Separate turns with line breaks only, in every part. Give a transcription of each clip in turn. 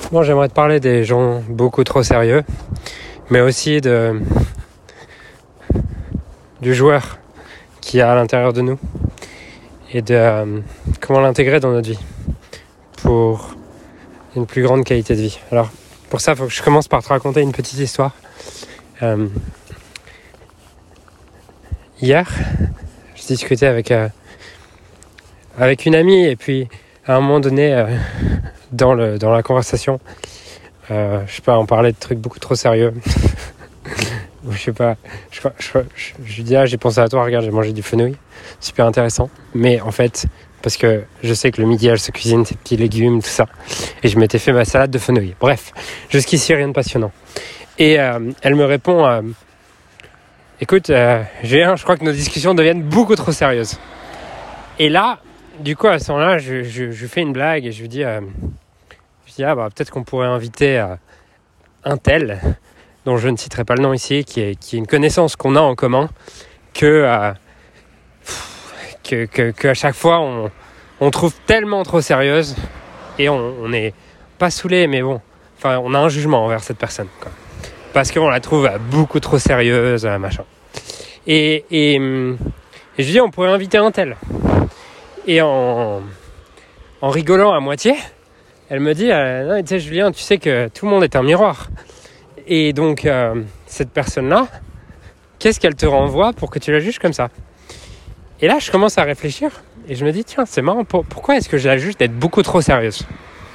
Moi, j'aimerais te parler des gens beaucoup trop sérieux, mais aussi du joueur qu'il y a à l'intérieur de nous et de comment l'intégrer dans notre vie pour une plus grande qualité de vie. Alors, pour ça, il faut que je commence par te raconter une petite histoire. Hier, je discutais avec une amie et puis à un moment donné, dans la conversation, je sais pas, on parlait de trucs beaucoup trop sérieux. Je sais pas, je lui dis j'ai pensé à toi, regarde, j'ai mangé du fenouil, super intéressant. Mais en fait, parce que je sais que le midi elle se cuisine ses petits légumes, tout ça, et je m'étais fait ma salade de fenouil. Bref, jusqu'ici rien de passionnant. Et elle me répond, écoute, je crois que nos discussions deviennent beaucoup trop sérieuses. Et là, du coup à ce moment-là, je fais une blague et je lui dis, peut-être qu'on pourrait inviter un tel, dont je ne citerai pas le nom ici, qui est une connaissance qu'on a en commun, que à chaque fois on trouve tellement trop sérieuse et on n'est pas saoulé, mais bon, enfin on a un jugement envers cette personne, quoi, parce qu'on la trouve beaucoup trop sérieuse, machin. Et je lui dis on pourrait inviter un tel. Et en rigolant à moitié, elle me dit non, tu sais Julien, tu sais que tout le monde est un miroir. Et donc, cette personne-là, qu'est-ce qu'elle te renvoie pour que tu la juges comme ça ? Et là, je commence à réfléchir et je me dis, tiens, c'est marrant, pourquoi est-ce que je la juge d'être beaucoup trop sérieuse ?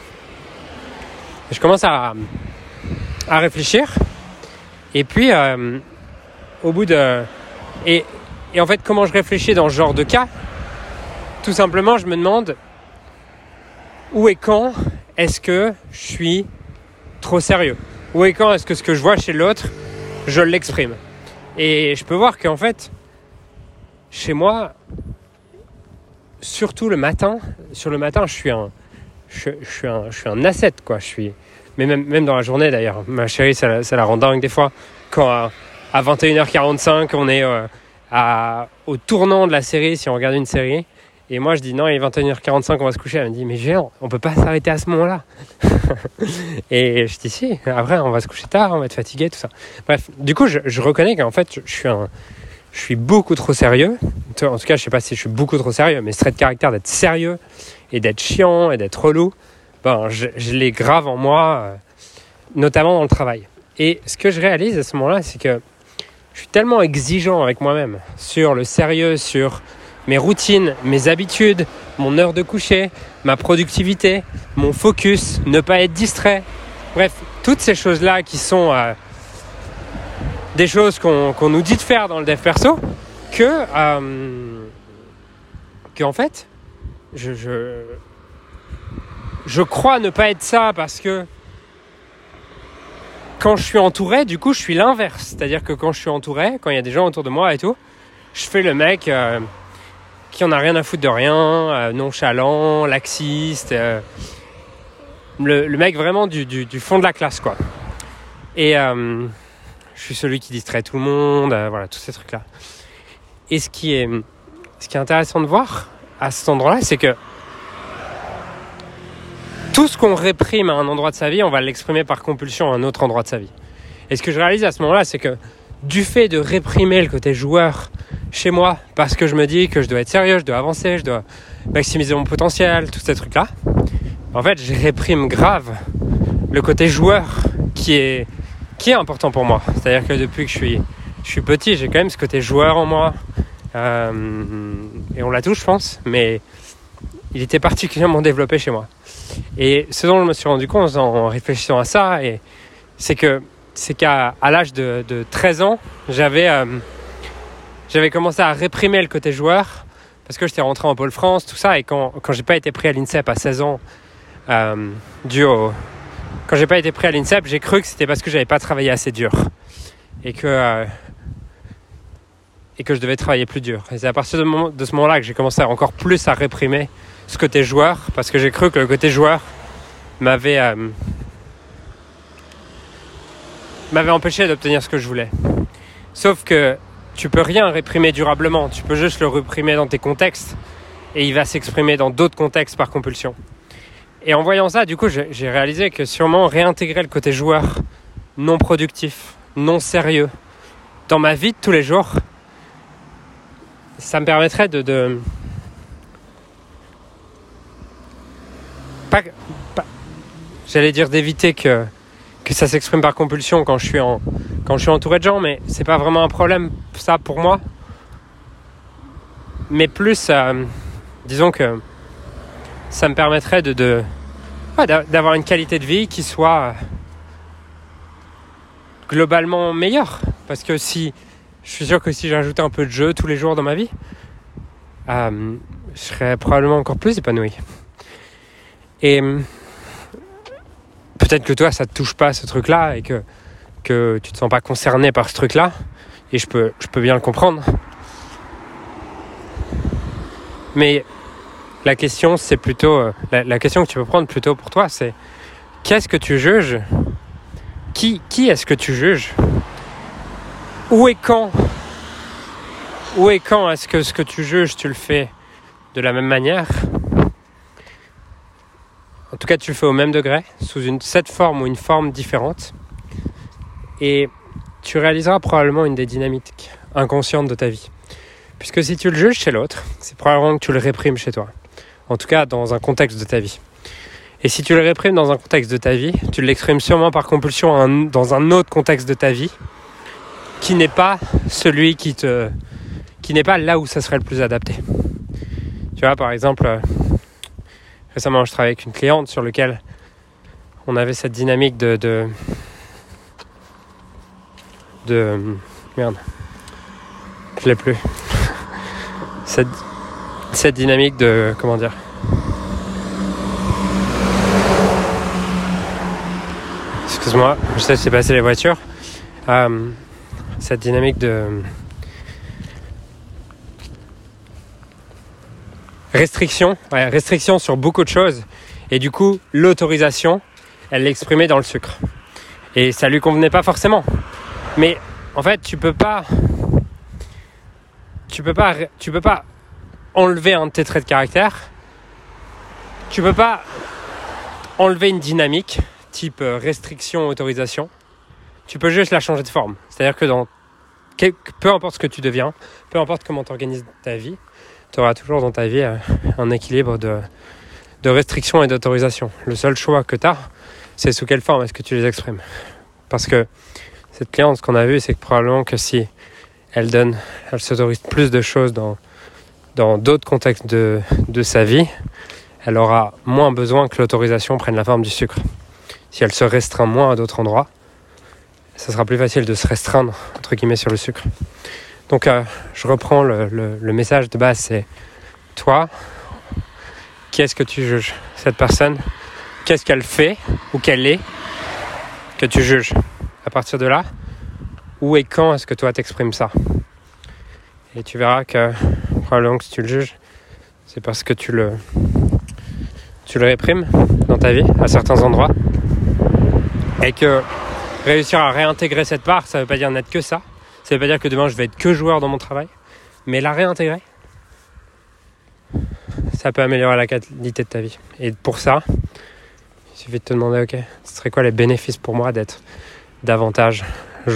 Et je commence à réfléchir et puis, au bout de... Et en fait, comment je réfléchis dans ce genre de cas ? Tout simplement, je me demande où et quand est-ce que je suis trop sérieux ? Où et quand est-ce que ce que je vois chez l'autre, je l'exprime ? Et je peux voir qu'en fait, chez moi, surtout le matin, je suis un asset, quoi. Mais même dans la journée d'ailleurs. Ma chérie, ça la rend dingue des fois. Quand à 21h45, on est au tournant de la série, si on regarde une série. Et moi, je dis non, il est 21h45, on va se coucher. Elle me dit, mais Géant, on peut pas s'arrêter à ce moment-là. Et je dis, si, après, on va se coucher tard, on va être fatigué, tout ça. Bref, du coup, je reconnais qu'en fait, je suis beaucoup trop sérieux. En tout cas, je sais pas si je suis beaucoup trop sérieux, mais ce trait de caractère d'être sérieux et d'être chiant et d'être relou, je l'ai grave en moi, notamment dans le travail. Et ce que je réalise à ce moment-là, c'est que je suis tellement exigeant avec moi-même sur le sérieux, sur mes routines, mes habitudes, mon heure de coucher, ma productivité, mon focus, ne pas être distrait. Bref, toutes ces choses-là qui sont des choses qu'on nous dit de faire dans le dev perso, que en fait, je crois ne pas être ça parce que quand je suis entouré, du coup, je suis l'inverse. C'est-à-dire que quand je suis entouré, quand il y a des gens autour de moi et tout, je fais le mec... qui en a rien à foutre de rien, nonchalant, laxiste, le mec vraiment du fond de la classe, quoi. Et je suis celui qui distrait tout le monde, voilà, tous ces trucs-là. Et ce qui est intéressant de voir à cet endroit-là, c'est que tout ce qu'on réprime à un endroit de sa vie, on va l'exprimer par compulsion à un autre endroit de sa vie. Et ce que je réalise à ce moment-là, c'est que du fait de réprimer le côté joueur chez moi, parce que je me dis que je dois être sérieux, je dois avancer, je dois maximiser mon potentiel, tous ces trucs-là, en fait, je réprime grave le côté joueur qui est important pour moi. C'est-à-dire que depuis que je suis petit, j'ai quand même ce côté joueur en moi, et on l'a tous, je pense, mais il était particulièrement développé chez moi. Et ce dont je me suis rendu compte en réfléchissant à ça, c'est qu'à l'âge de 13 ans, j'avais commencé à réprimer le côté joueur parce que j'étais rentré en Pôle France, tout ça, et quand j'ai pas été pris à l'INSEP à 16 ans, quand j'ai pas été pris à l'INSEP, j'ai cru que c'était parce que j'avais pas travaillé assez dur et que je devais travailler plus dur. Et c'est à partir de ce moment-là que j'ai commencé encore plus à réprimer ce côté joueur, parce que j'ai cru que le côté joueur m'avait empêché d'obtenir ce que je voulais. Sauf que tu peux rien réprimer durablement, tu peux juste le réprimer dans tes contextes et il va s'exprimer dans d'autres contextes par compulsion. Et en voyant ça, du coup, j'ai réalisé que sûrement réintégrer le côté joueur non productif, non sérieux dans ma vie de tous les jours, ça me permettrait pas, j'allais dire d'éviter que ça s'exprime par compulsion quand je suis entouré de gens, mais c'est pas vraiment un problème ça pour moi. Mais plus, disons que ça me permettrait d'avoir une qualité de vie qui soit globalement meilleure. Parce que je suis sûr que si j'ajoutais un peu de jeu tous les jours dans ma vie, je serais probablement encore plus épanoui. Et peut-être que toi, ça te touche pas ce truc-là et que tu te sens pas concerné par ce truc-là. Et je peux bien le comprendre. Mais la question, c'est plutôt la question que tu peux prendre plutôt pour toi, c'est qu'est-ce que tu juges ? Qui est-ce que tu juges ? Où et quand est-ce que ce que tu juges, tu le fais de la même manière ? En tout cas, tu le fais au même degré, sous cette forme ou une forme différente. Et tu réaliseras probablement une des dynamiques inconscientes de ta vie. Puisque si tu le juges chez l'autre, c'est probablement que tu le réprimes chez toi. En tout cas, dans un contexte de ta vie. Et si tu le réprimes dans un contexte de ta vie, tu l'exprimes sûrement par compulsion dans un autre contexte de ta vie qui n'est pas celui qui n'est pas là où ça serait le plus adapté. Tu vois, par exemple, récemment, je travaillais avec une cliente sur laquelle on avait cette dynamique de merde, je l'ai plus. Cette dynamique de, comment dire, excuse-moi, je sais que c'est passé les voitures. Cette dynamique de restriction sur beaucoup de choses. Et du coup, l'autorisation, elle l'exprimait dans le sucre. Et ça lui convenait pas forcément. Mais en fait, tu peux pas enlever un de tes traits de caractère. Tu peux pas enlever une dynamique type restriction, autorisation. Tu peux juste la changer de forme. C'est-à-dire que peu importe ce que tu deviens, peu importe comment tu organises ta vie, tu auras toujours dans ta vie un équilibre de restriction et d'autorisation. Le seul choix que tu as, c'est sous quelle forme est-ce que tu les exprimes. Parce que cette cliente, ce qu'on a vu, c'est que probablement que si elle s'autorise plus de choses dans d'autres contextes de sa vie, elle aura moins besoin que l'autorisation prenne la forme du sucre. Si elle se restreint moins à d'autres endroits, ça sera plus facile de se restreindre, entre guillemets, sur le sucre. Donc, je reprends le message de base, c'est toi, qu'est-ce que tu juges ? Cette personne, qu'est-ce qu'elle fait ou qu'elle est que tu juges ? À partir de là, où et quand est-ce que toi t'exprimes ça ? Et tu verras que probablement que si tu le juges, c'est parce que tu le réprimes dans ta vie à certains endroits. Et que réussir à réintégrer cette part, ça veut pas dire n'être que ça. Ça veut pas dire que demain je vais être que joueur dans mon travail. Mais la réintégrer, ça peut améliorer la qualité de ta vie. Et pour ça, il suffit de te demander, ok, ce serait quoi les bénéfices pour moi d'être davantage joueur ?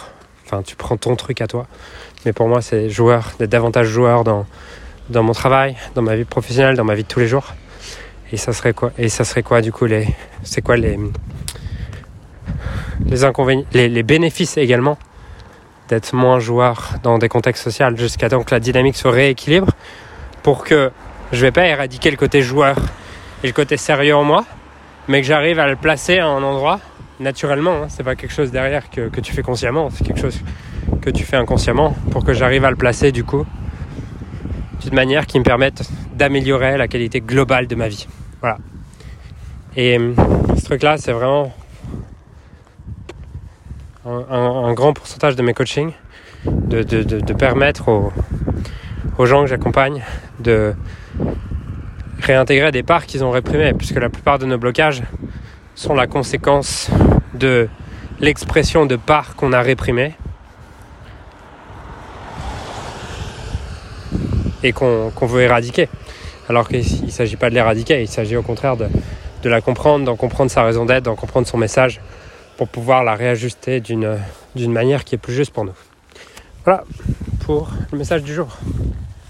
Enfin, tu prends ton truc à toi. Mais pour moi, c'est d'être davantage joueur dans mon travail, dans ma vie professionnelle, dans ma vie de tous les jours. Et ça serait quoi du coup c'est quoi les inconvénients, les bénéfices également d'être moins joueur dans des contextes sociaux jusqu'à temps que la dynamique se rééquilibre pour que je vais pas éradiquer le côté joueur et le côté sérieux en moi, mais que j'arrive à le placer à un endroit naturellement, hein. C'est pas quelque chose derrière que tu fais consciemment, c'est quelque chose que tu fais inconsciemment pour que j'arrive à le placer du coup d'une manière qui me permette d'améliorer la qualité globale de ma vie. Voilà. Et ce truc-là, c'est vraiment un grand pourcentage de mes coachings, de permettre aux gens que j'accompagne de réintégrer des parts qu'ils ont réprimées, puisque la plupart de nos blocages sont la conséquence de l'expression de parts qu'on a réprimées et qu'on veut éradiquer. Alors qu'il ne s'agit pas de l'éradiquer, il s'agit au contraire de la comprendre, d'en comprendre sa raison d'être, d'en comprendre son message, pour pouvoir la réajuster d'une manière qui est plus juste pour nous. Voilà pour le message du jour.